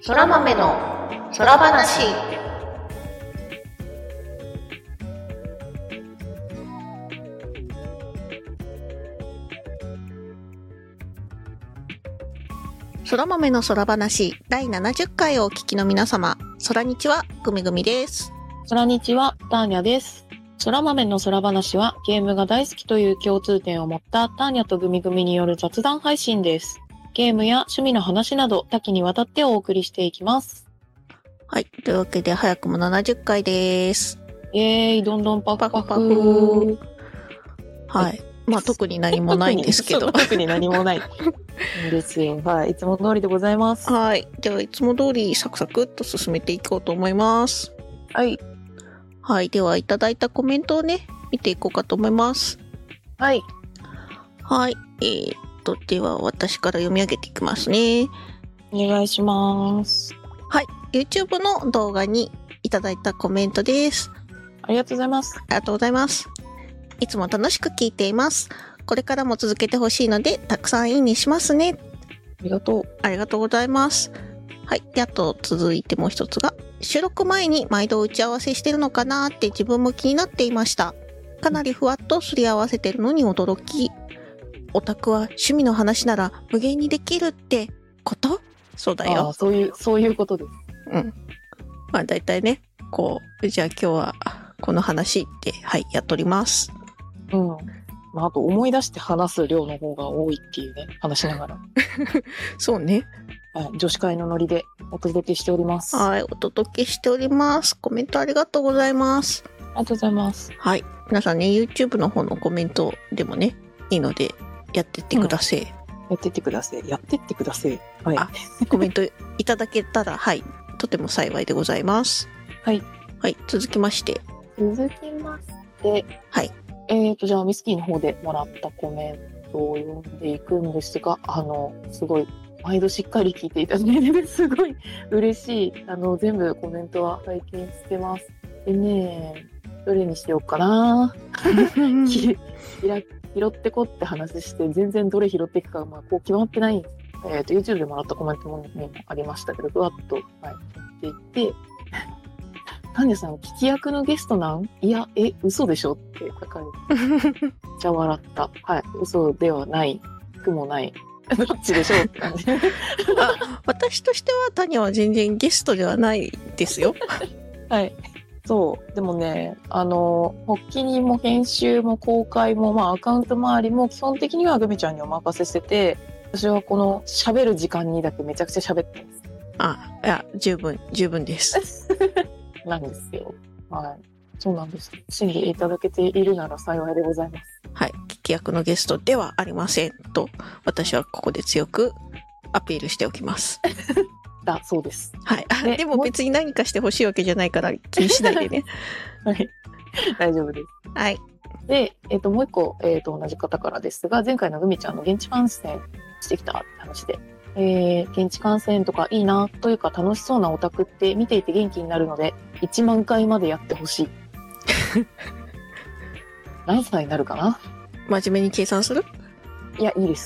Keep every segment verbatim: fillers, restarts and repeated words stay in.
そら豆の空話。そら豆の空話だいななじゅっかいをお聞きの皆様、そらにちは、ぐみぐみです。 そらにちは、ターニャです。そら豆の空話はゲームが大好きという共通点を持ったターニャとグミグミによる雑談配信です。ゲームや趣味の話など多岐にわたってお送りしていきます。 はい。というわけで早くもななじゅっかいです。 イエーイ、どんどんパフパフ。 パフパフ。はい。まあ特に何もないんですけど。 特に何もない。いいですよ。はい。いつも通りでございます。 はい。ではいつも通りサクサクっと進めていこうと思います。 はい。 はい。ではいただいたコメントをね、見ていこうかと思います。 はい。 はい。えー、っと、では私から読み上げていきますね。 お願いします。 はい。YouTube の動画にいただいたコメントです。 ありがとうございます。 ありがとうございます。いつも楽しく聞いています。これからも続けてほしいので、たくさんいいねしますね。 ありがとう。 ありがとうございます。はい。で、あと続いてもう一つが、収録前に毎度打ち合わせしてるのかなって自分も気になっていました。かなりふわっとすり合わせてるのに驚き。オタクは趣味の話なら無限にできるってこと？そうだよ。 ああ、そういう、そういうことです。 うん。まあ大体ね、こう、じゃあ今日はこの話って、はい、やっております。 うん。まあ、あと思い出して話す量の方が多いっていうね、話しながら。 そうね。 はい、女子会のノリでお届けしております。 はい、お届けしております。コメントありがとうございます。 ありがとうございます。 はい。皆さんね、YouTube の方のコメントでもね、いいので、やってってください。うん、 やってってください。やってってください。はい。 あ、コメントいただけたら、はい、とても幸いでございます。 はい。 はい、続きまして。 続きまして、 はい。 えーと、じゃあ、ミスキーの方でもらったコメントを読んでいくんですが、あの、すごい、毎度しっかり聞いていただいて、すごい嬉しい。あの、全部コメントは拝見してます。でね、どれにしようかなひら拾ってこって話して、全然どれ拾っていくか、まあ、こう決まってない。えーと、YouTube でもらったコメントもありましたけど、ふわっと、はい、言っていて、タンニャさん、聞き役のゲストなん？いや、え、嘘でしょって書かれて。めっちゃ笑った。はい、嘘ではない。くもない。どっちでしょうって感じ。 あ、私としてはタニャは全然ゲストではないですよ。 はい。そう。でもね、あの、発起人も編集も公開も、まあアカウント周りも基本的にはグミちゃんにお任せしてて、私はこの喋る時間にだけめちゃくちゃ喋ってます。 あ、いや、十分、十分です。 なんですよ。はい。そうなんです。信じていただけているなら幸いでございます。 はい。聞き役のゲストではありませんと、私はここで強くアピールしておきます。 だ、そうです。 はい。で, でも別に何かしてほしいわけじゃないから気にしないでね。 はい。大丈夫です。 はい。 で、えっ、ー、と、もう一個、えっ、ー、と、同じ方からですが、前回のグミちゃんの現地観戦してきたって話で、えー、現地観戦とかいいなというか楽しそうなオタクって見ていて元気になるので、いちまんかいまでやってほしい。何歳になるかな？ 真面目に計算する？ いや、いいです。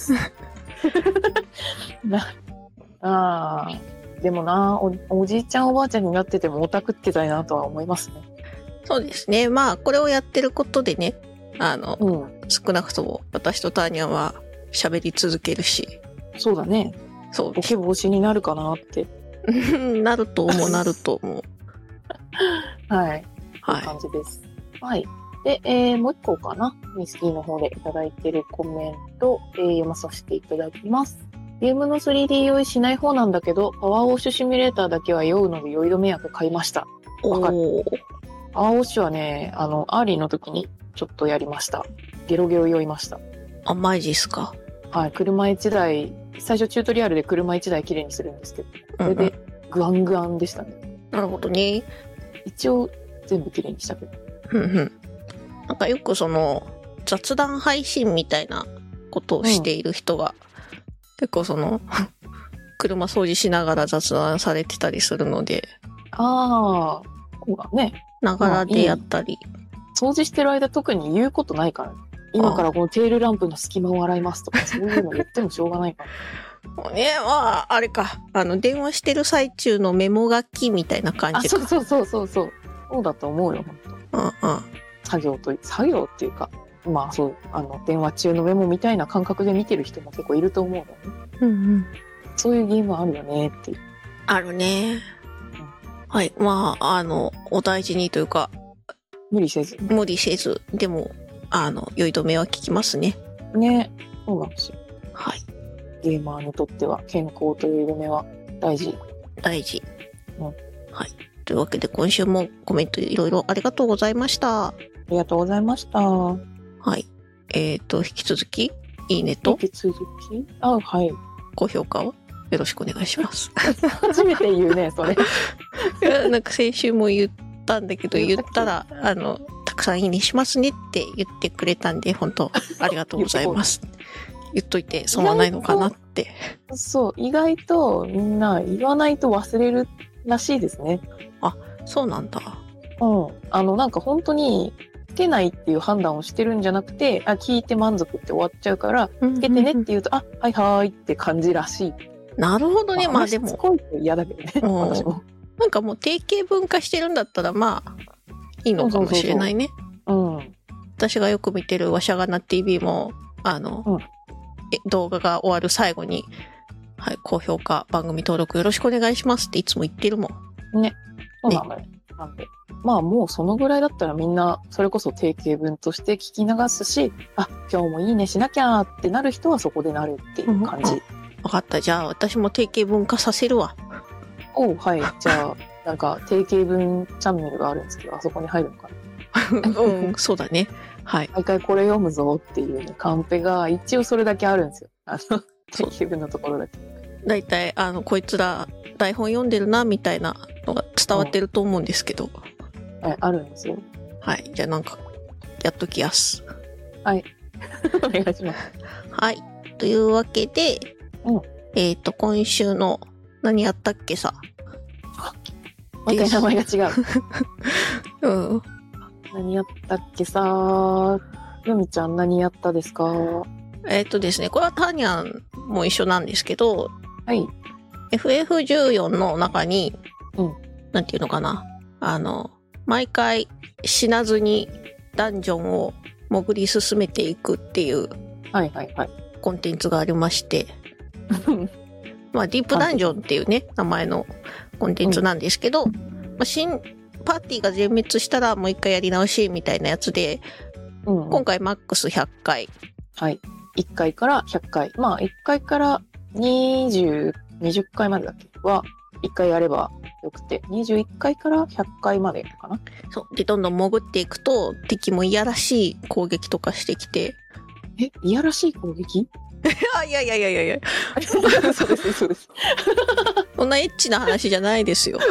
なあー、でもなお、おじいちゃんおばあちゃんになっててもオタクってたいなとは思いますね。 そうですね。まあ、これをやってることでね、あの、うん、少なくとも私とターニャは喋り続けるし。 そうだね。 そう。 ボケ防止になるかなって。 なると思う、なると思う。 はい。はい。いう感じです。はい。で、えー、もう一個かな。ミスキーの方でいただいているコメント、えー、読まさせていただきます。ゲームの スリーディー 用意しない方なんだけど、パワーウォッシュシミュレーターだけは酔うので酔い止め薬買いました。わかる。パワーウォッシュはね、あの、アーリーの時にちょっとやりました。ゲロゲロ酔いました。 あ、マジっすか。 はい。車一台、最初チュートリアルで車一台きれいにするんですけど、それでグワングワンでしたね。 うんうん、なるほどね。 一応全部きれいにしたけど。 うんうん。なんかよくその雑談配信みたいなことをしている人が、うん、結構その車掃除しながら雑談されてたりするので、 ああ、そうだね。 ながらでやったり、 まあ、掃除してる間特に言うことないから、ね、今からこのテールランプの隙間を洗いますとかそういうの言ってもしょうがないから。 ね、まあ、あれか。あの、電話してる最中のメモ書きみたいな感あ、 じか。 そうそうそうそうそう。そうだと思うよ、本当。 うんうん。 作業と、作業っていうか、まあそう、あの、電話中のメモみたいな感覚で見てる人も結構いると思うのね。 うんうん。 そういうゲームあるよねっていう。 あるね。はい。まあ、あの、お大事にというか、 無理せず。 無理せず、でも、あの、酔い止めは効きますね。 ね。そうなんですよ。 はい。 ゲーマーにとっては健康という夢は大事。 大事。 うん。 はい。というわけで、今週もコメントいろいろありがとうございました。 ありがとうございました。 はい。えっと、引き続き、いいねと、 引き続きあ、はい。 高評価をよろしくお願いします。 初めて言うね、それ。 いや、なんか先週も言ったんだけど、言ったら、あの、たくさんいいねしますねって言ってくれたんで、本当ありがとうございます。言っといて損はないのかなって。 そう、意外とみんな言わないと忘れるらしいですね。 あ、そうなんだ。 うん。あの、なんか本当に、つけないっていう判断をしてるんじゃなくて、あ、聞いて満足って終わっちゃうから、つけてねって言うと、あ、はいはーいって感じらしい。 なるほどね。まあでも。 しつこいと嫌だけどね、私も。 なんかもう定型文化してるんだったら、まあ、いいのかもしれないね。 うん。 私がよく見てるわしゃがな ティーブイ も、あの、うん、動画が終わる最後に、はい、高評価、番組登録よろしくお願いしますっていつも言ってるもん。 ね。そうなのよ。ね、なんで。まあもうそのぐらいだったらみんな、それこそ定型文として聞き流すし、あ、今日もいいねしなきゃってなる人はそこでなるっていう感じ。 わかった。じゃあ私も定型文化させるわ。 おう、はい。じゃあ、なんか定型文チャンネルがあるんですけど、あそこに入るのかな。 うん、そうだね。はい。 毎回これ読むぞっていうね、カンペが一応それだけあるんですよ。あの、定型文のところだけ。 だいたい、あの、こいつら台本読んでるな、みたいなのが伝わってると思うんですけど。 うん、はい、あるんですよ。 はい。じゃあなんか、やっときやす。 はい。お願いします。 はい。というわけで、 うん、 えっと、今週の何やったっけさ。 毎回名前が違う。 うん。 何やったっけさー。よみちゃん何やったですか？ えっとですね、これはターニャンも一緒なんですけど、 はい。 エフエフじゅうよん の中に、 うん。 なんていうのかな。あの、毎回死なずにダンジョンを潜り進めていくっていう、 はいはいはい。 コンテンツがありまして、まあ、ディープダンジョンっていうね、名前のコンテンツなんですけど、うん、まあ、新パーティーが全滅したらもう一回やり直しみたいなやつで、うんうん、今回マックスひゃっかい。 はい。いっかいからひゃっかい。まあ、いっかいからにじゅう、にじゅっかいまでだっけはいっかいやればよくて、にじゅういっかいからひゃっかいまでかな。 そう。で、どんどん潜っていくと、敵もいやらしい攻撃とかしてきて。 え、いやらしい攻撃あ、いやいやいやいやいや。 そうです、そうです。 そんなエッチな話じゃないですよ。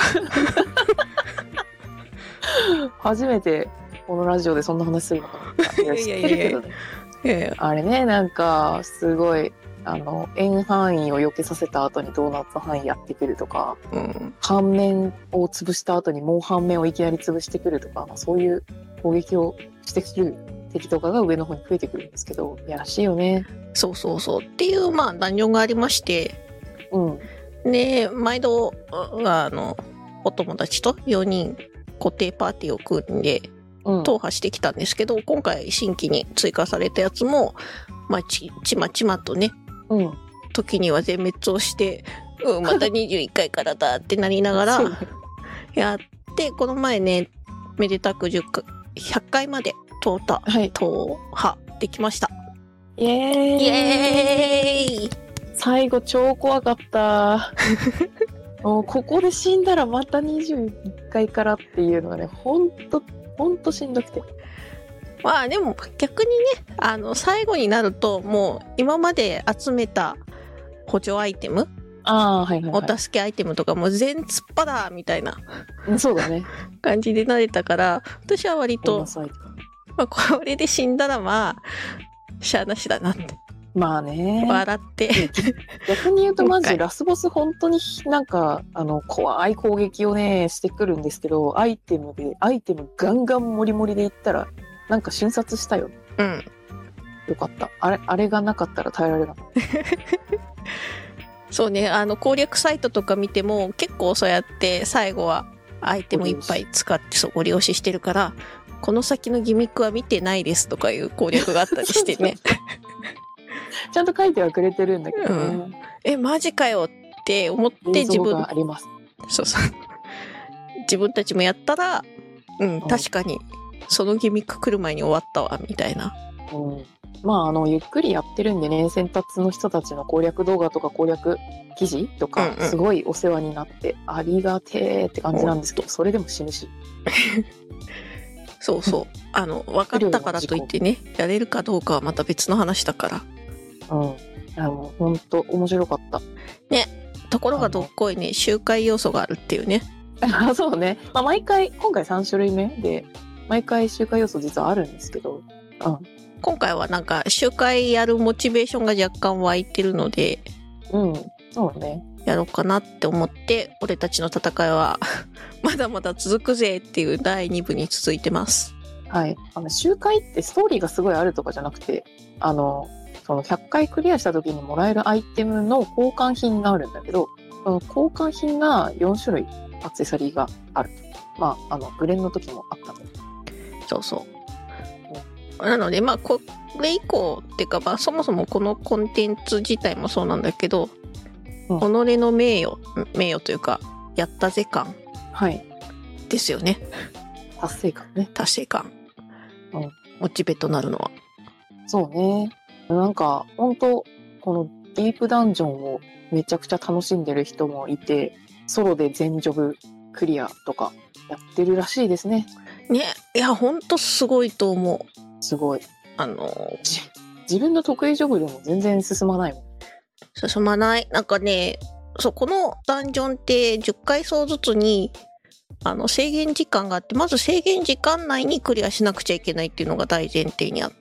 初めてこのラジオでそんな話するのかな。いや、知ってるけどね。 いやいやあれね、なんか、すごい、あの、円範囲を避けさせた後にドーナツ範囲やってくるとか、うん、半面を潰した後にもう半面をいきなり潰してくるとか、まあ、そういう攻撃をしてくる敵とかが上の方に増えてくるんですけど、いやらしいよね。 そうそうそう。っていう、まあ、ダンジョンがありまして、うん。で、毎度、あの、お友達とよにん固定パーティーを組んで、踏破してきたんですけど、うん、今回新規に追加されたやつも、まあ、ち、ちまちまとね、うん、時には全滅をして、うん、またにじゅういっかいからだってなりながら、やって、この前ね、めでたくじゅっかい、ひゃっかいまで踏破、はい、踏破できました。 イエーイイエーイ最後超怖かった。もうここで死んだらまたにじゅういっかいからっていうのがね、ほんと、ほんとしんどくて。 まあでも逆にね、あの、最後になるともう今まで集めた補助アイテム、 あ、はいはいはい、 お助けアイテムとかも全突っ張だみたいなそうだね感じで慣れたから、私は割と、まあ、これで死んだらまあ、しゃあなしだなって。 まあね。 笑って。 逆に言うとマジラスボス本当になんかあの怖い攻撃をねしてくるんですけど、アイテムでアイテムガンガンモリモリでいったらなんか瞬殺したよ。 うん。 よかった。あれあれがなかったら耐えられなかった。 そうね、あの攻略サイトとか見ても結構そうやって最後はアイテムいっぱい使ってそうご利用ししてるから、この先のギミックは見てないですとかいう攻略があったりしてね。 ちゃんと書いてはくれてるんだけどね。 うん、えマジかよって思って自分があります。 そうそう自分たちもやったら、うん、うん、確かにそのギミック来る前に終わったわみたいな。 うん、まああのゆっくりやってるんでね、先達の人たちの攻略動画とか攻略記事とかすごいお世話になって、うんうん、ありがてーって感じなんですけど、それでも死ぬし。 そうそうあの分かったからといってねやれるかどうかはまた別の話だから。 うん、あの本当面白かったね。ところがどっこいね周回要素があるっていうね。 あそうね、まあ、毎回今回さん種類目で毎回周回要素実はあるんですけど、うん、 今回はなんか周回やるモチベーションが若干湧いてるので、 うんそうね、 やろうかなって思って、俺たちの戦いはまだまだ続くぜっていうだいに部に続いてます。 はい、あの周回ってストーリーがすごいあるとかじゃなくて、あのそのひゃっかいクリアした時にもらえるアイテムの交換品があるんだけど、その交換品がよん種類アクセサリーがある。まああのグレンの時もあったので。そうそう。 なのでまあこれ以降っていうか、まあ、そもそもこのコンテンツ自体もそうなんだけど、うん、己の名誉名誉というかやったぜ感、 はい、 ですよね。 達成感ね。 達成感、 うん、 モチベとなるのは。 そうね。なんか本当このディープダンジョンをめちゃくちゃ楽しんでる人もいて、ソロで全ジョブクリアとかやってるらしいですね。 ね、いやほんとすごいと思う。 すごい。 あの自分の得意ジョブでも全然進まないもん。 進まない。なんかね、そうこのダンジョンってじゅっかいそうずつにあの制限時間があって、まず制限時間内にクリアしなくちゃいけないっていうのが大前提にあって、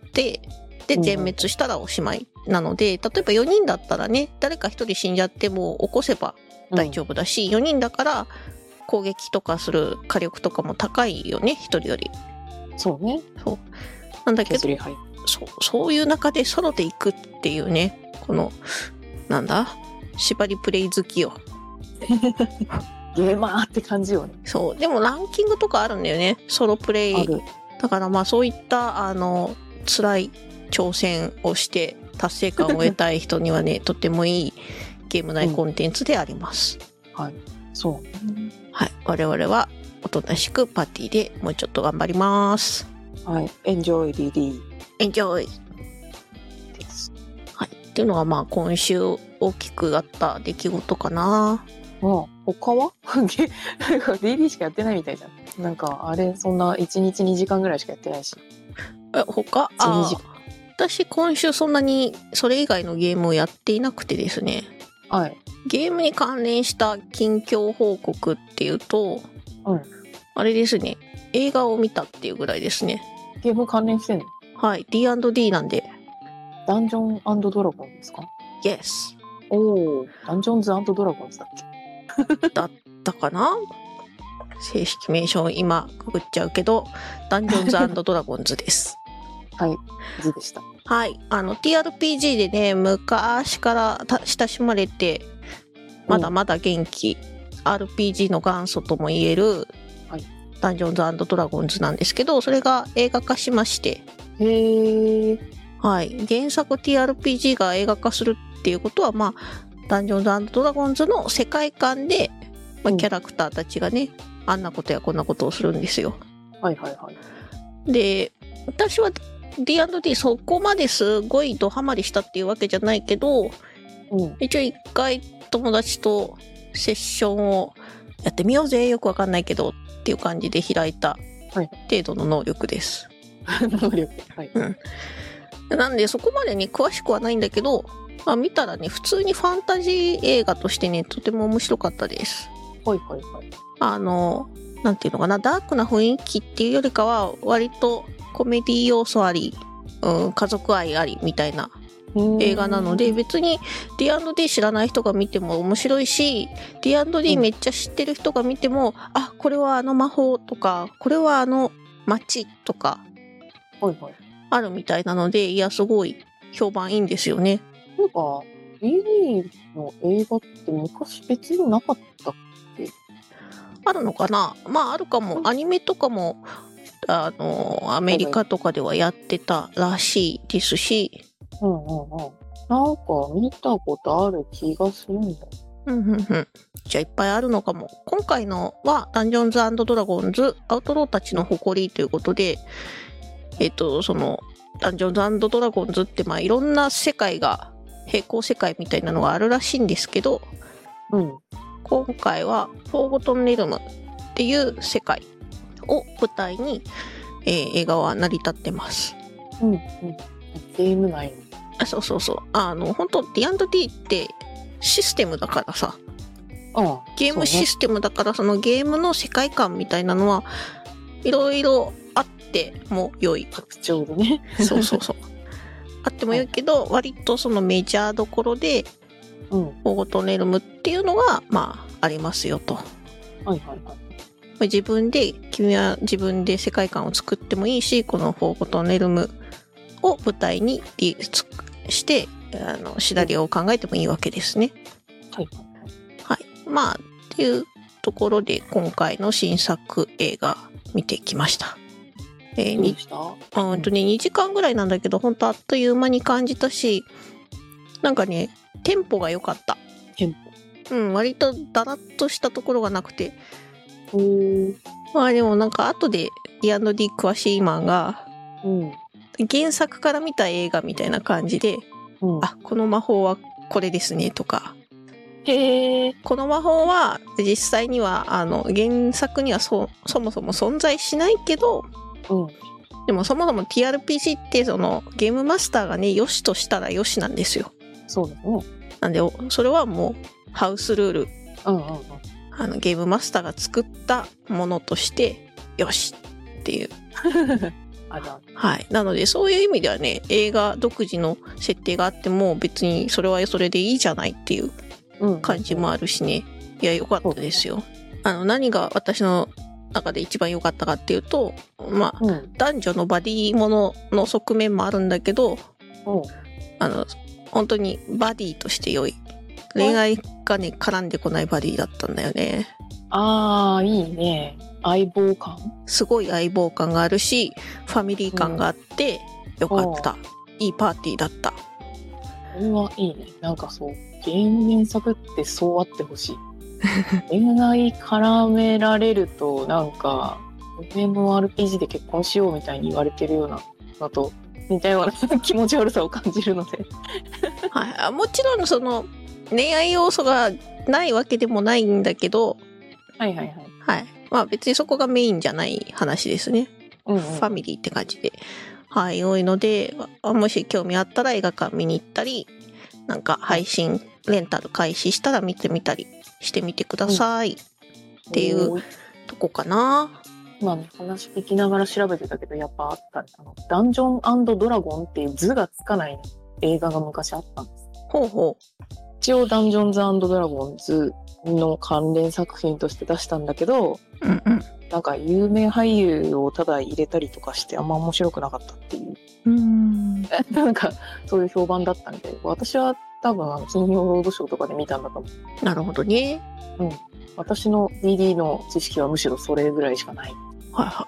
で全滅したらおしまいなので、例えばよにんだったらね、誰かひとり死んじゃっても起こせば大丈夫だし、うん、よにんだから攻撃とかする火力とかも高いよね、ひとりより。 そうね。 そうなんだけど、そうそういう中でソロで行くっていうね、このなんだ縛りプレイ好きよ。 ゲーマーって感じよね。 そうでもランキングとかあるんだよね、ソロプレイ。だからまあそういったあの辛い挑戦をして達成感を得たい人にはねとてもいいゲーム内コンテンツであります。 うん、はい、そう。 はい、我々はおとなしくパーティーでもうちょっと頑張ります。 はい、エンジョイ ディーディー。 エンジョイです。はい、っていうのがまあ今週大きくあった出来事かな。 ああ、他はなんか ディーディー しかやってないみたいじゃん。なんかあれそんないちにちにじかんぐらいしかやってないし。 え他あ私今週そんなにそれ以外のゲームをやっていなくてですね。 はい。 ゲームに関連した近況報告っていうと、 うん、 あれですね、映画を見たっていうぐらいですね。 ゲーム関連してんの？ はい、ディーアンドディー なんで。 ダンジョン&ドラゴンですか？ Yes。 おー、ダンジョンズ&ドラゴンズだっけ？ だったかな？正式名称今ググっちゃうけど、ダンジョンズ&ドラゴンズです。 はい、図でした。はい、 あの ティーアールピージー でね、昔から親しまれて、まだまだ元気、アールピージー の元祖とも言える、はい、ダンジョンズ&ドラゴンズなんですけど、それが映画化しまして。 へー。 はい、原作 ティーアールピージー が映画化するっていうことは、まあ、ダンジョンズ&ドラゴンズの世界観で、まあ、キャラクターたちがね、うん、あんなことやこんなことをするんですよ。 はいはいはい。 で、私は ディーアンドディー そこまですごいドハマりしたっていうわけじゃないけど、うん、一応一回友達とセッションをやってみようぜ、よくわかんないけどっていう感じで開いた程度の能力です。 はい、能力、はい。 うん。なんでそこまでに詳しくはないんだけど、まあ、見たらね、普通にファンタジー映画としてね、とても面白かったです。 はいはいはい。 あの、なんていうのかな、ダークな雰囲気っていうよりかは、割とコメディ要素あり、うん、家族愛ありみたいな映画なので、別に ディーアンドディー 知らない人が見ても面白いし、 ディーアンドディー めっちゃ知ってる人が見ても、うん、あ、これはあの魔法とか、これはあの街とかあるみたいなので、いやすごい評判いいんですよね。 なんかディーディー の映画って昔別になかったっけ？ あるのかな。まああるかも。アニメとかもあのアメリカとかではやってたらしいですし、 うんうんうん。なんか見たことある気がするんだ。 うんうんうん。じゃあいっぱいあるのかも。今回のはダンジョンズ&ドラゴンズアウトローたちの誇りということで、えっとそのダンジョンズ&ドラゴンズってまあいろんな世界が平行世界みたいなのがあるらしいんですけど、 うん。 今回はフォーゴトンレルムっていう世界を舞台に、えー映画は成り立ってます。 うんうん。ゲーム内の。 あ、そうそうそう。あの本当 ディーアンドディー ってシステムだからさ、 ああ、 ゲームシステムだからそのゲームの世界観みたいなのはいろいろあっても良い。 拡張でね。 そうそうそう。あっても良いけど、割とそのメジャーどころでうん。 フォーゴトンレルムっていうのがまあありますよと。 はいはいはい。 自分で君は自分で世界観を作ってもいいし、このフォーゴトンレルムを舞台にリつしてあのシナリオを考えてもいいわけですね。 はいはいはい。 はい。まあっていうところで今回の新作映画見てきました。えー、にどうした？ あうんとねにじかんぐらいなんだけど、本当あっという間に感じたし、なんかねテンポが良かった。 テンうん、割とダラッとしたところがなくて、 ポ。おー。 まあでもなんか後で ディーアンドディー 詳しいマンがうん。 原作から見た映画みたいな感じで、 うん。 あ、この魔法はこれですねとか、 へえ。 この魔法は実際にはあの原作には そ, そもそも存在しないけど、 うん。 でもそもそも ティーアールピーシー ってそのゲームマスターがねよしとしたらよしなんですよ。 そうですね。 なんでそれはもうハウスルール、 うんうんうん。 あのゲームマスターが作ったものとしてよしっていう。 あら。 はい。なのでそういう意味ではね、映画独自の設定があっても別にそれはそれでいいじゃないっていううん。 感じもあるしね。いや、良かったですよ。あの、何が私の中で一番良かったかっていうと、まあ、 うん。 男女のバディものの側面もあるんだけど、 うん。 あの、本当にバディとして良い。恋愛がね、絡んでこないバディだったんだよね。 ああ、いいね。相棒感。 すごい相棒感があるし、ファミリー感があって、良かった。いいパーティーだった。 これはいいね。なんかそう、ゲーム原作ってそうあってほしい。恋愛絡められると、なんか、エムエムアールピージー で結婚しようみたいに言われてるようなのと、似たような気持ち悪さを感じるので。 はい。もちろん、その、恋愛要素がないわけでもないんだけど、 はいはいはい。 はい。まあ別にそこがメインじゃない話ですね。 うんうん、 ファミリーって感じで。はい、多いので、もし興味あったら映画館見に行ったり、なんか配信、レンタル開始したら見てみたりしてみてください。っていうとこかな。 まあ、ね、話聞きながら調べてたけど、やっぱあったね。あの、ダンジョン&ドラゴンっていう図がつかない、ね、映画が昔あったんです。 ほうほう。 一応ダンジョンズ&ドラゴンズの関連作品として出したんだけど、 うんうん。 なんか有名俳優をただ入れたりとかしてあんま面白くなかったっていう。 うーん。 なんかそういう評判だったんで、私は多分あの金曜ロードショーとかで見たんだと思う。 なるほどね。 うん。私の ディーディー の知識はむしろそれぐらいしかない。 はいはい。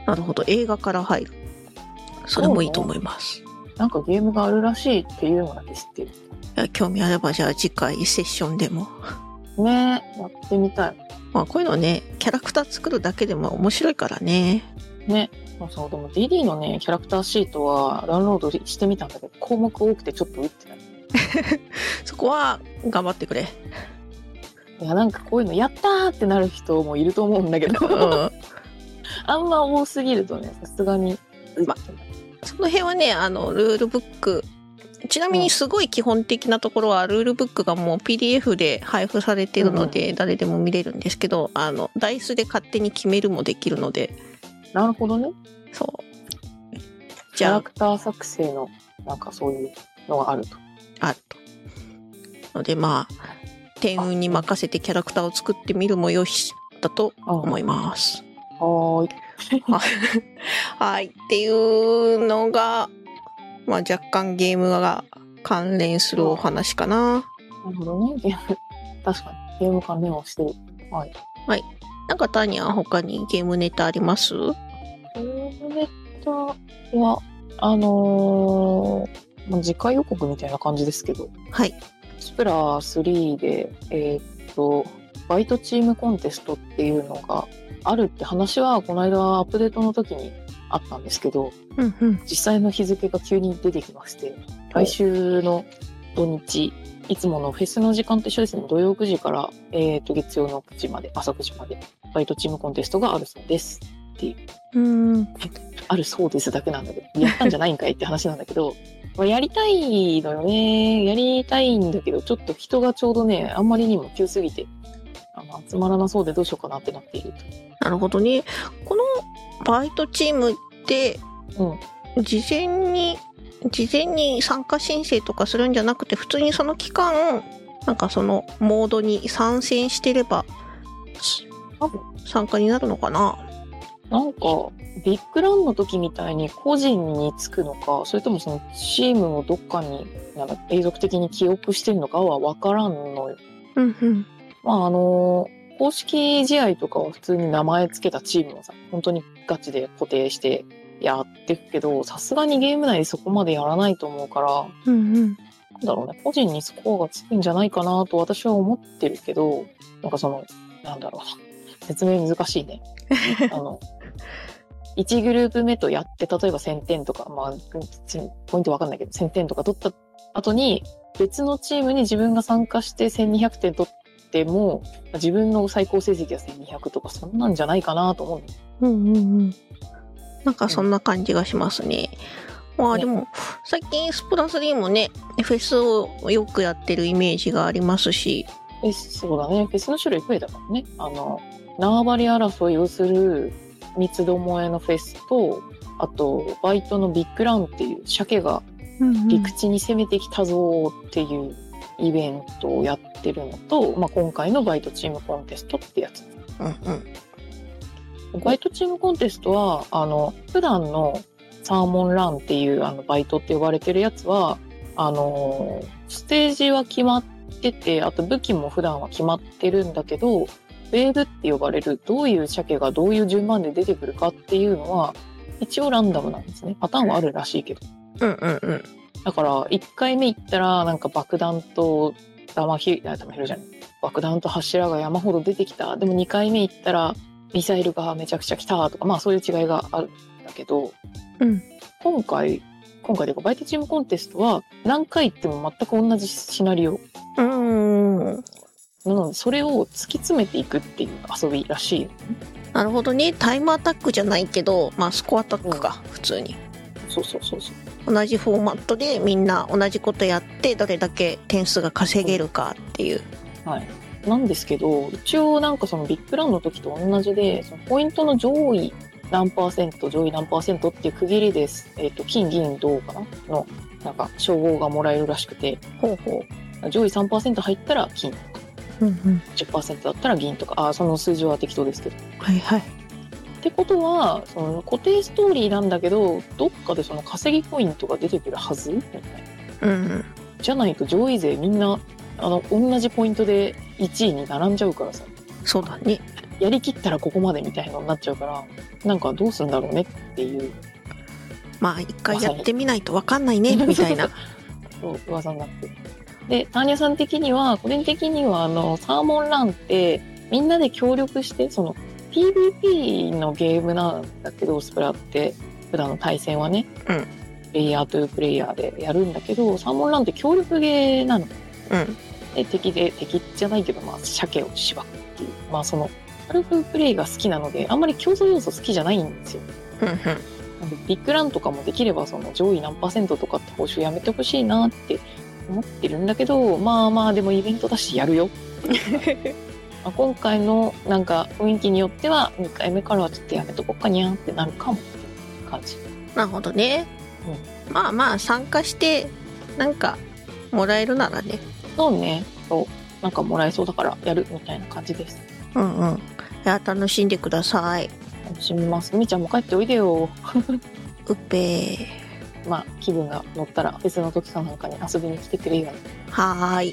なるほど。映画から入る。それもいいと思います。 なんかゲームがあるらしいっていうのだけ知ってる。 いや、興味あればじゃあ次回セッションでも。 ねえ、やってみたい。 まあこういうのね、キャラクター作るだけでも面白いからね。 ね。そう、でも ディーディー のね、キャラクターシートはダウンロードしてみたんだけど、項目多くてちょっと打ってない。 そこは頑張ってくれ。 いや、なんかこういうのやったーってなる人もいると思うんだけど、 うん、 あんま多すぎるとね、さすがに。 ま、その辺はね、あの、ルールブック、ちなみにすごい基本的なところは、ルールブックがもう ピーディーエフ で配布されているので、誰でも見れるんですけど、あの、ダイスで勝手に決めるもできるので。 なるほどね。 そう。 キャラクター作成の、なんかそういうのがあると。 あると。ので、まあ、天運に任せてキャラクターを作ってみるもよし、だと思います。 はーい。 はい。っていうのが、まあ若干ゲームが関連するお話かな。 なるほどね。ゲーム、確かに。ゲーム関連をしてる。はい。 はい。なんかタニアは他にゲームネタあります？ ゲームネタは、あのー、まあ、次回予告みたいな感じですけど。 はい。 スプラスリーで、えーっと、バイトチームコンテストっていうのがあるって話は、この間アップデートの時にあったんですけど、 うんうん、 実際の日付が急に出てきまして、来週の土日、いつものフェスの時間と一緒ですね。土曜くじから、えー、と月曜のくじまで、朝くじまで、バイトチームコンテストがあるそうですっていう。 うーんあるそうですだけなんだけど、やったんじゃないんかいって話なんだけど、まあやりたいのよね。やりたいんだけど、ちょっと人がちょうどね、あんまりにも急すぎて、あの集まらなそうでどうしようかなってなっている。 なるほどね。このバイトチームって、 うん、 事前に事前に参加申請とかするんじゃなくて、普通にその期間なんかそのモードに参戦してれば参加になるのかな。 なんかビッグランの時みたいに個人につくのか、それともそのチームをどっかになんか永続的に記憶してるのかは分からんのよ。 うんうん。 まああの公式試合とかは普通に名前つけたチームをさ、本当にガチで固定してやってくけど、さすがにゲーム内でそこまでやらないと思うから、 うんうん、 なんだろうね、個人にスコアがつくんじゃないかなと私は思ってるけど、なんかその、なんだろう、説明難しいね。あの、いちグループ目とやって、例えばせんてんとか、まあ、ポイントわかんないけど、せんてんとか取った後に、別のチームに自分が参加してせんにひゃくてん取っても、自分の最高成績はせんにひゃくとか、そんなんじゃないかなと思う。 うんうんうん。なんかそんな感じがしますね。うん、まあでも、ね、最近スプラスリーもね、フェスをよくやってるイメージがありますし。 え、そうだね。フェスの種類増えたからね。あの、縄張り争いをする三つどもえのフェスと、あと、バイトのビッグランっていう鮭が陸地に攻めてきたぞっていうイベントをやってるのと、うんうん、まあ今回のバイトチームコンテストってやつ。 うんうんバイトチームコンテストは、あの、普段のサーモンランっていうあのバイトって呼ばれてるやつは、あの、ステージは決まってて、あと武器も普段は決まってるんだけど、ウェーブって呼ばれるどういう鮭がどういう順番で出てくるかっていうのは、一応ランダムなんですね。パターンはあるらしいけど。 うんうんうん。 だから、いっかいめ行ったら、なんか爆弾と弾ひ、あ、弾ひろじゃない。爆弾と柱が山ほど出てきた。でもにかいめ行ったら、ミサイルがめちゃくちゃ来たとか、まあそういう違いがあるんだけど、 うん、 今回、今回というかバイトチームコンテストは何回行っても全く同じシナリオ。 うーん。 なので、それを突き詰めていくっていう遊びらしい。 なるほどね。タイムアタックじゃないけど、まあスコアアタックか、うん、普通に。 そうそうそうそう。 同じフォーマットでみんな同じことやって、どれだけ点数が稼げるかっていう。 うん、はい。なんですけど、一応なんかそのビッグランの時と同じで、そのポイントの上位何パーセント、上位何パーセントっていう区切りです。えっと、金、銀、銅かなの、なんか、称号がもらえるらしくて、 ほうほう。上位 さんパーセント 入ったら金とか、 うんうん、 じゅっパーセント だったら銀とか、あ、その数字は適当ですけど。 はいはい。 ってことは、その固定ストーリーなんだけど、どっかでその稼ぎポイントが出てくるはずみたいな。うんうん。 じゃないと上位勢みんな、あの、同じポイントでいちいに並んじゃうからさ。 そうだね。 やりきったらここまでみたいなのになっちゃうから、なんかどうするんだろうねっていう。 まあ一回やってみないと分かんないねみたいな。 そう噂になってる。で、ターニャさん的には、個人的にはあのサーモンランってみんなで協力してその ピーブイピー のゲームなんだけど、スプラって普段の対戦はね、 うん、 プレイヤーとプレイヤーでやるんだけど、サーモンランって協力ゲーなの。 うん。 で敵で敵じゃないけど、まあ鮭をしばくっていう、まあそのカルフプレイが好きなので、あんまり競争要素好きじゃないんですよ。 うんうん。 なんでビッグランとかもできればその上位何パーセントとかって報酬やめてほしいなって思ってるんだけど、まあまあでもイベントだしやるよってまあ今回のなんか雰囲気によってはにかいめからはちょっとやめとこっかにゃーってなるかもっていう感じ。 なるほどね。 うん、 まあまあ参加してなんかもらえるならね。 そうね。そうなんかもらえそうだからやるみたいな感じです。 うんうん。いや楽しんでください。 楽しみます。みーちゃんも帰っておいでよ。 うっぺー。 まあ気分が乗ったら別の時かなんかに遊びに来てくれるようにはーい。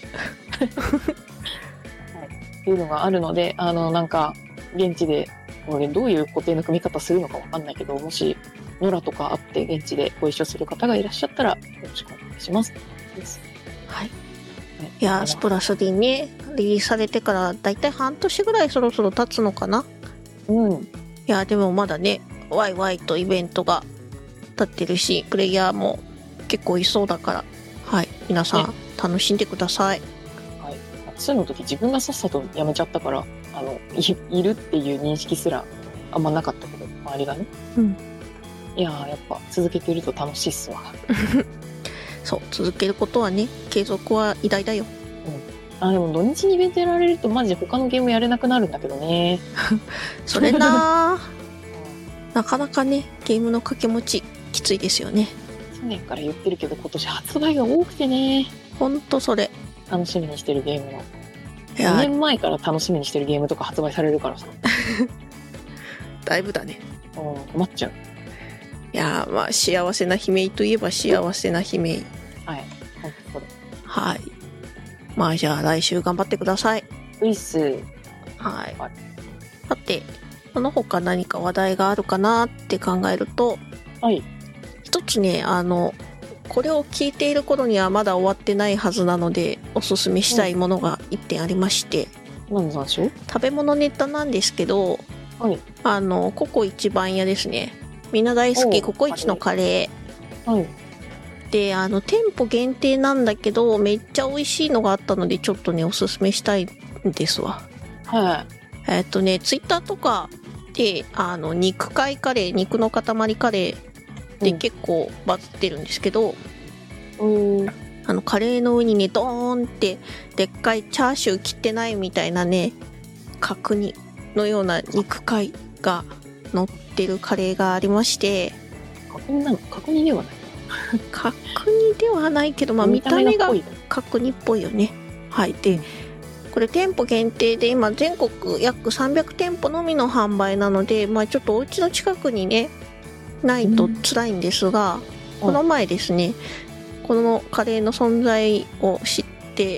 っていうのがあるので、あのなんか現地で俺どういう固定の組み方するのかわかんないけど、もしノラとかあって現地でご一緒する方がいらっしゃったらよろしくお願いしますです。 はい。 はい、 いやスプラスリーね、リリースされてからだいたい半年ぐらいそろそろ経つのかな。 うん。 いやでもまだね、ワイワイとイベントが立ってるし、プレイヤーも結構いそうだから、はい、皆さん楽しんでください。 はい。ツーの時自分がさっさとやめちゃったから、あの い, いるっていう認識すらあんまなかったけど、周りがね。 うん。 いやーやっぱ続けてると楽しいっすわ。 そう、続けることはね、継続は偉大だよ。 あ、でも土日にイベントやられるとマジで他のゲームやれなくなるんだけどね。 それななかなかね、ゲームの掛け持ちきついですよね。 去年から言ってるけど今年発売が多くてね。 ほんとそれ。 楽しみにしてるゲームの。 いやにねんまえから楽しみにしてるゲームとか発売されるからさ。 だいぶだね。 うん、困っちゃう。 いやまあ幸せな悲鳴といえば幸せな悲鳴。 はい。ほんとそれ。 はい。まあじゃあ来週頑張ってください。 ういっす。 はい。 はい、 さて、その他何か話題があるかなって考えると、 はい。 一つね、あの、これを聞いている頃にはまだ終わってないはずなので、おすすめしたいものが一点ありまして、 何なんでしょう？ 食べ物ネタなんですけど、 はい。 あの、ココ一番屋ですね。みんな大好き、ココイチのカレー。はい。 で、あの、店舗限定なんだけど、めっちゃ美味しいのがあったので、ちょっとね、おすすめしたいんですわ。 はい。 えっとね、ツイッターとかで、あの、肉塊カレー、肉の塊カレーで結構バズってるんですけど、 うん、 あの、カレーの上にね、ドーンって、でっかいチャーシュー切ってないみたいなね、角煮のような肉塊が乗ってるカレーがありまして、 角煮なの？角煮ではない。 角煮ではないけど、まあ見た目が角煮っぽいよね。はい。で、これ店舗限定で今全国約さんびゃくてんぽのみの販売なので、まあちょっとお家の近くにね、ないと辛いんですが、うん、この前ですね、このカレーの存在を知って、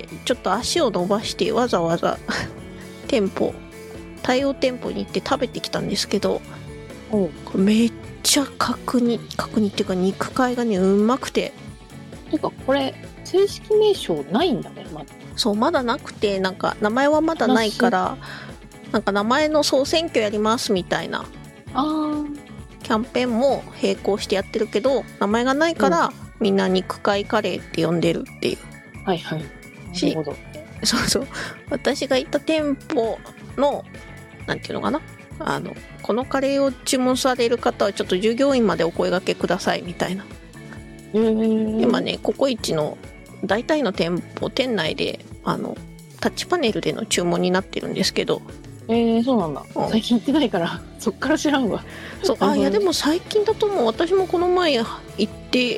ちょっと足を伸ばしてわざわざ店舗、対応店舗に行って食べてきたんですけど、 うん、 これめっちゃ角煮、角煮っていうか肉塊がね、うまくて。 てかこれ、正式名称ないんだね、まだ。 そう、まだなくて、なんか名前はまだないから、なんか名前の総選挙やりますみたいなキャンペーンも並行してやってるけど、名前がないから、うん、みんな肉塊カレーって呼んでるっていう。 はいはい。なるほど。 そうそう。私が行った店舗の、なんていうのかな、あの、このカレーを注文される方はちょっと従業員までお声掛けくださいみたいな。今ね、ココイチの大体の店舗、店内で、あの、タッチパネルでの注文になってるんですけど。 えー、そうなんだ。うん、最近行ってないから、そっから知らんわ。 そう、あ、いやでも最近だと思う。私もこの前行って、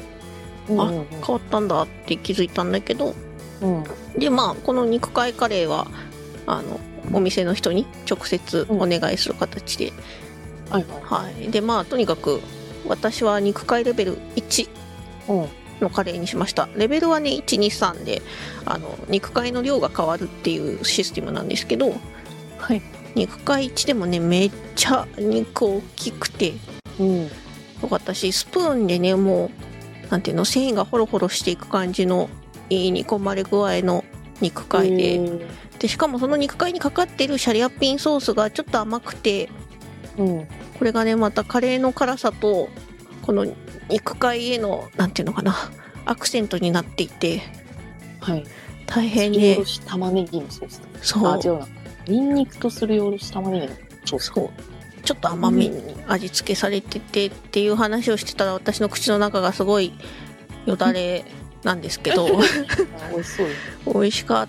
うんうんうん、あ、変わったんだって気づいたんだけど。うん、で、まあ、この肉塊カレーは、あの、お店の人に直接お願いする形で。 うん、はい、 はい。で、まあ、とにかく、私は肉塊レベルいち。うんのカレーにしました。レベルはね、いち、に、さんで、あの、肉塊の量が変わるっていうシステムなんですけど、 はい。 肉塊いちでもね、めっちゃ肉大きくて、うん。私、スプーンでね、もう、なんていうの、繊維がホロホロしていく感じの、いい煮込まれ具合の肉塊で、で、しかもその肉塊にかかってるシャリアピンソースがちょっと甘くて、うん。これがね、またカレーの辛さと、この肉塊へのなんていうのかなアクセントになっていて、 はい、 大変ね。 すりおろし玉ねぎのソース。 そう。 あ、違うな。ニンニクとすりおろし玉ねぎのソース。 そう。ちょっと甘めに味付けされててっていう話をしてたら、私の口の中がすごいよだれなんですけど美味しそう。 美味しかった。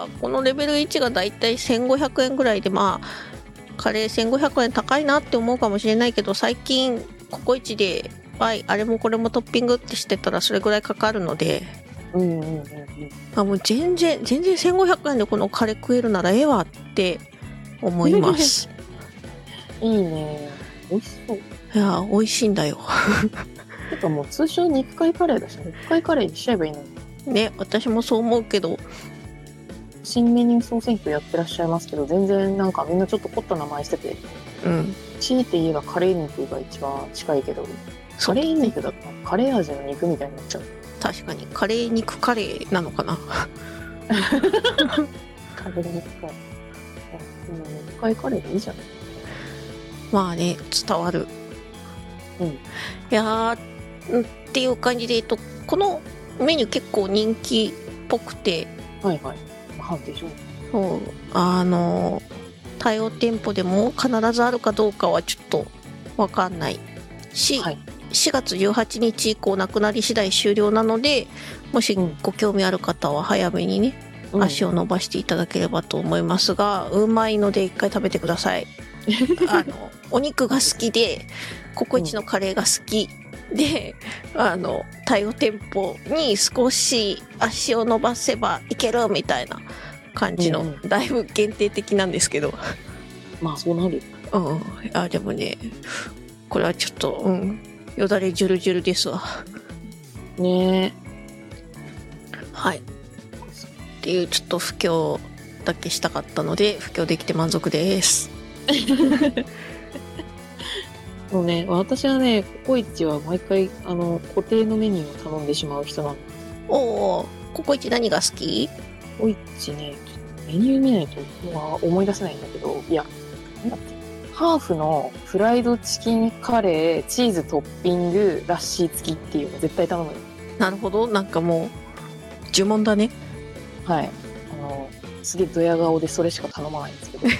このレベルいちがだいたいせんごひゃくえんぐらいで、まあカレーせんごひゃくえん高いなって思うかもしれないけど、最近ココイチではい、あれもこれもトッピングってしてたらそれぐらいかかるので、 うんうんうんうん、 あもう全然全然せんごひゃくえんでこのカレー食えるならええわって思いますいいね、美味しそう。 いや美味しいんだよてかもう通称肉塊カレーだし、肉塊カレーにしちゃえばいいのに。 ね、私もそう思うけど。 新メニュー総選挙やってらっしゃいますけど、全然なんかみんなちょっと凝った名前してて、 うん。 強いて言えばカレー肉が一番近いけど、カレー肉だとカレー味の肉みたいになっちゃう。 確かにカレー肉カレーなのかな。 カレー肉カレー。でも肉塊カレーでいいじゃん。 まあね、伝わる。 うん。 いやー、っていう感じで、えっと、このメニュー結構人気っぽくて。 はいはい。まあ、でしょう。 そう、あの、対応店舗でも必ずあるかどうかはちょっとわかんないし、はい、しがつじゅうはちにち以降なくなり次第終了なので、もしご興味ある方は早めにね、うん、足を伸ばしていただければと思いますが、うまいので一回食べてください。あのお肉が好きでココイチのカレーが好き、うん、で、あの対応店舗に少し足を伸ばせばいけるみたいな感じの、うん、だいぶ限定的なんですけど、 まあそうなる。 うん、あでもね、これはちょっと、うん、よだれジュルジュルですわ。 ねえ。はい。 っていうちょっと布教だけしたかったので、布教できて満足です。 もうね、私はね、ココイチは毎回あの固定のメニューを頼んでしまう人なの。 おお、ココイチ何が好き？ ココイチね、メニュー見ないと、まあ、思い出せないんだけど、いや、なんだっけ、ハーフのフライドチキンカレー、チーズトッピング、ラッシー付きっていうの絶対頼むよ。 なるほど、なんかもう呪文だね。 はい、あのすげえドヤ顔でそれしか頼まないんですけど。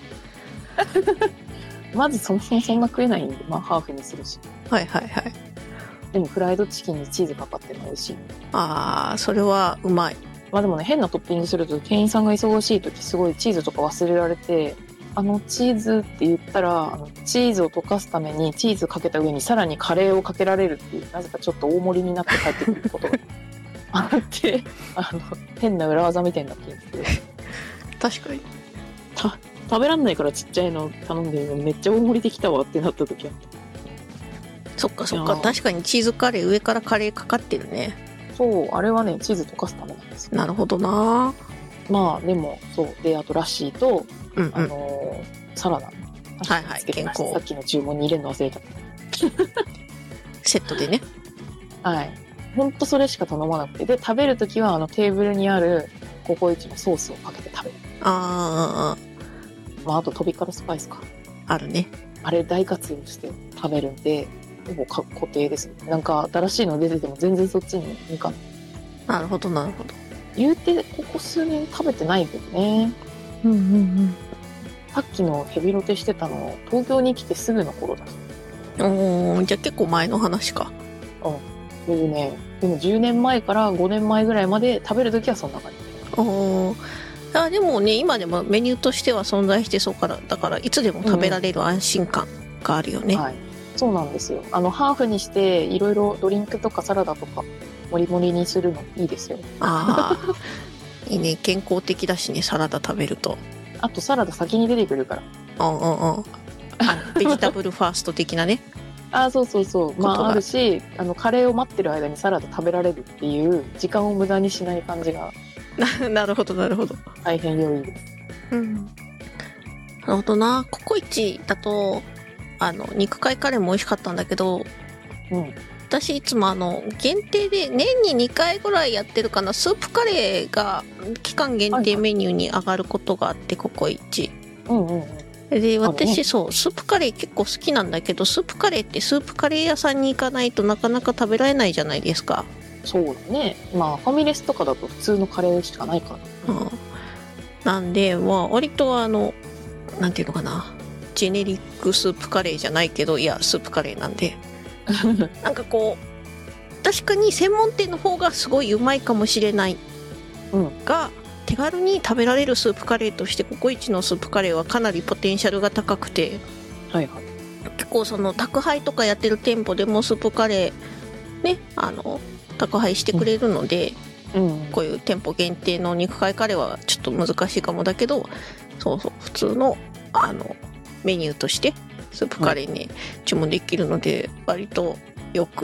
まずそもそもそんな食えないんで、まあハーフにするし。 はいはいはい。 でもフライドチキンにチーズかかってるの美味しい。 ああ、それはうまい。 まあでもね、変なトッピングすると店員さんが忙しい時すごいチーズとか忘れられて、あのチーズって言ったら、あのチーズを溶かすためにチーズかけた上にさらにカレーをかけられるっていう、なぜかちょっと大盛りになって帰ってくることがあって、あの変な裏技みたいになってるんですけど。 確かに。 た食べらんないからちっちゃいの頼んでるのめっちゃ大盛りできたわってなった時あった。 そっかそっか、確かにチーズカレー上からカレーかかってるね。 そう、あれはねチーズ溶かすためなんですよ。 なるほどな。 まあでもそうで、あとラッシーと、 うんうん、 あのー、サラダ、 はいはい、健康。 さっきの注文に入れるの忘れた。 セットでね。 はい。ほんとそれしか頼まなくて、で食べるときはあのテーブルにあるココイチのソースをかけて食べる。 ああ。 まああとトビカラスパイスか。 あるね。 あれ大活用して食べるんで、ほぼ固定ですね。なんか新しいの出てても全然そっちに向かない。 なるほどなるほど。 言うてここ数年食べてないけどね。 うんうんうん。 さっきのヘビロテしてたの東京に来てすぐの頃だ。 おー、じゃあ結構前の話か。 うん。そういうね。でもじゅうねんまえからごねんまえぐらいまで食べるときはそんな感じ。 おー。あ、でもね、今でもメニューとしては存在してそうから、だからいつでも食べられる安心感があるよね。 うん、はい。そうなんですよ。あのハーフにしていろいろドリンクとかサラダとかもりもりにするのいいですよ。 ああ、いいね。健康的だしね、サラダ食べると。 あとサラダ先に出てくるから。 うんうんうん。あのベジタブルファースト的なね。 あ、そうそうそう。まああるし、あのカレーを待ってる間にサラダ食べられるっていう時間を無駄にしない感じが。 な, なるほどなるほど。 大変良いです。 うん。なるほどな。ココイチだとあの肉塊カレーも美味しかったんだけど、 うん、 私いつもあの限定で年ににかいぐらいやってるかな、スープカレーが期間限定メニューに上がることがあって、ココイチ。 うんうんうん。 で私、ね、そうスープカレー結構好きなんだけど、スープカレーってスープカレー屋さんに行かないとなかなか食べられないじゃないですか。 そうだね。まあファミレスとかだと普通のカレーしかないから、 うん、なんでまあ割とあのなんていうのかな、ジェネリックスープカレーじゃないけど、いやスープカレーなんでなんかこう確かに専門店の方がすごいうまいかもしれない、 うん、 が手軽に食べられるスープカレーとしてココイチのスープカレーはかなりポテンシャルが高くて、 はいはい、 結構その宅配とかやってる店舗でもスープカレーね、あの宅配してくれるので、 うんうん、 こういう店舗限定の肉塊カレーはちょっと難しいかもだけど、そうそう普通のあのメニューとしてスープカレーに注文できるので、割とよく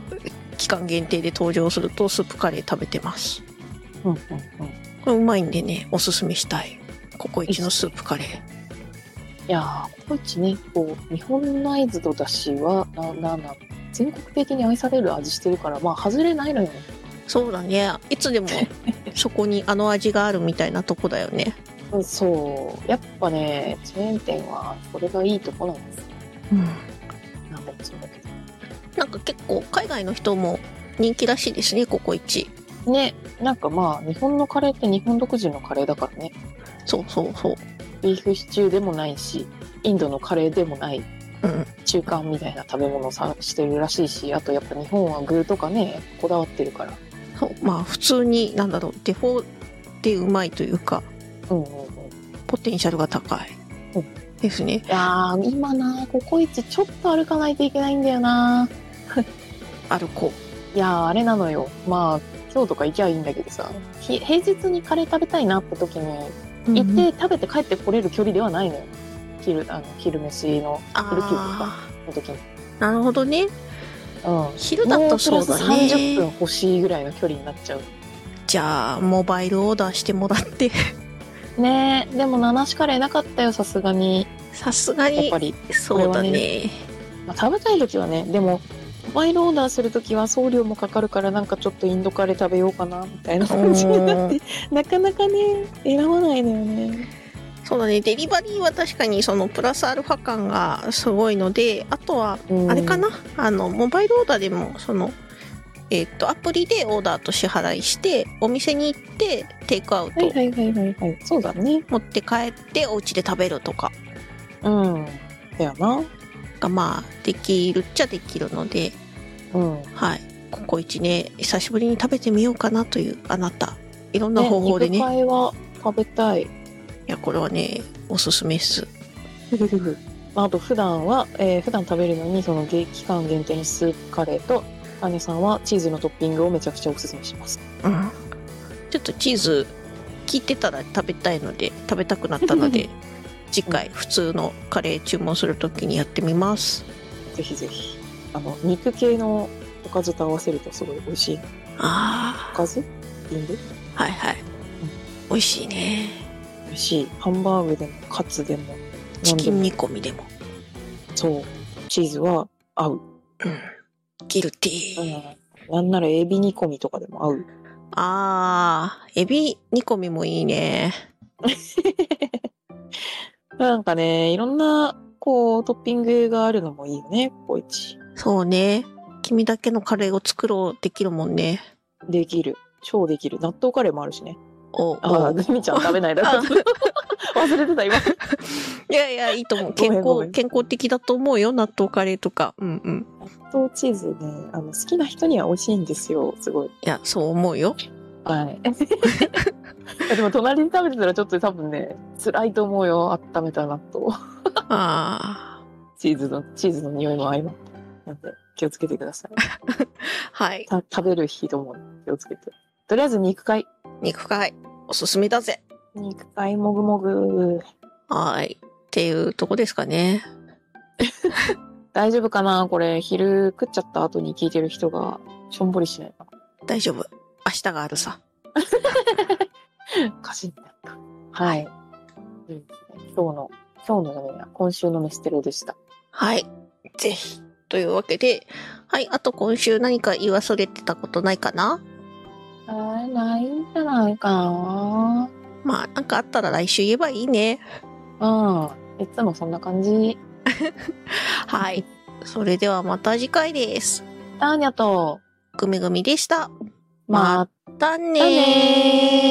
期間限定で登場するとスープカレー食べてます。 うんうんうん。 これうまいんでね、おすすめしたい。ココイチのスープカレー。 いやー、ココイチね、こう、日本ナイズドだしは、な、な、な、全国的に愛される味してるから、まあ、外れないのよね。 そうだね。いつでもそこにあの味があるみたいなとこだよね。 そう。やっぱね、チェーン店はそれがいいとこなんですよ。 うん。 なんでもそうだけど。 なんか結構海外の人も人気らしいですね、ココイチ。 ね、なんかまあ、日本のカレーって日本独自のカレーだからね。 そうそうそう。 ビーフシチューでもないし、インドのカレーでもない、 うん、 中間みたいな食べ物をさしてるらしいし、あとやっぱ日本は具とかね、こだわってるから。 そう、まあ普通に、なんだろう、デフォでうまいというか、 うんうんうん。 ポテンシャルが高い。 うんですね。 いやー、今な、ココイチちょっと歩かないといけないんだよな。 歩こいやー、あれなのよ。まあ、今日とか行きゃいいんだけどさ、ひ平日にカレー食べたいなって時に、 う。 行っうんうん、 て食べて帰ってこれる距離ではないのよ。昼、あの、昼飯の、昼休とかの時に。 なるほどね。 うん。 昼だとそうだね。 もうプラスさんじゅっぷん欲しいぐらいの距離になっちゃう。 じゃあ、モバイルオーダーしてもらって。 ねえ、でも七種カレーなかったよ、さすがに。 さすがに。 やっぱり。 そうだね。 ねまあ、食べたい時はね、でも、モバイルオーダーするときは送料もかかるからなんかちょっとインドカレー食べようかなみたいな感じになってなかなかね選ばないのよね。 そうだね、デリバリーは確かにそのプラスアルファ感がすごいので、あとはあれかな、あのモバイルオーダーでもそのえっとアプリでオーダーと支払いしてお店に行ってテイクアウトはいはいはいはいはいそうだね持って帰ってお家で食べるとかうんだよながまあできるっちゃできるので、 うんはいココイチね久しぶりに食べてみようかなというあなたいろんな方法でね。 肉塊は食べたい。いやこれはねおすすめっす。 まあ、あと普段は、えー、普段食べるのにその期間限定のスープカレーとアネさんはチーズのトッピングをめちゃくちゃおすすめします。 うん、ちょっとチーズ聞いてたら食べたいので食べたくなったので次回普通のカレー注文するときにやってみます。 ぜひぜひあの肉系のおかずと合わせるとすごい美味しい。 ああおかずいいんではいはい、うん、美味しいね。 美味しい。ハンバーグでもカツでもチキン煮込みでもそうチーズは合う。 うんギルティー、 うん、なんならエビ煮込みとかでも合う。 あーエビ煮込みもいいね。 なんかねいろんなこうトッピングがあるのもいいよねココイチ。 そうね君だけのカレーを作ろうできるもんね。 できる超できる。納豆カレーもあるしね。 おああグミちゃん食べないだろ忘れてた今。 いやいやいいと思う。健康健康的だと思うよ納豆カレーとか。うんうん。 納豆チーズねあの好きな人には美味しいんですよすごい。いやそう思うよ。 はいでも隣に食べてたらちょっと多分ね辛いと思うよ温めた納豆。 ああチーズのチーズの匂いも相まってなんで気をつけてください。 はいた食べる人も気をつけて。とりあえず肉塊肉塊おすすめだぜ。 肉塊もぐもぐ。 はいっていうとこですかね。 大丈夫かなこれ昼食っちゃった後に聞いてる人がしょんぼりしないかな。 大丈夫明日があるさ。 歌詞になった。はい、うん、今日の今日のね今週のメステロでした。 はいぜひというわけではいあと今週何か言い忘れてたことないかな。 あーないんじゃないかな。 まあなんかあったら来週言えばいいね。 うんいつもそんな感じ。 はいそれではまた次回です。 ターニャとグミグミでした。 またねー。 たねー。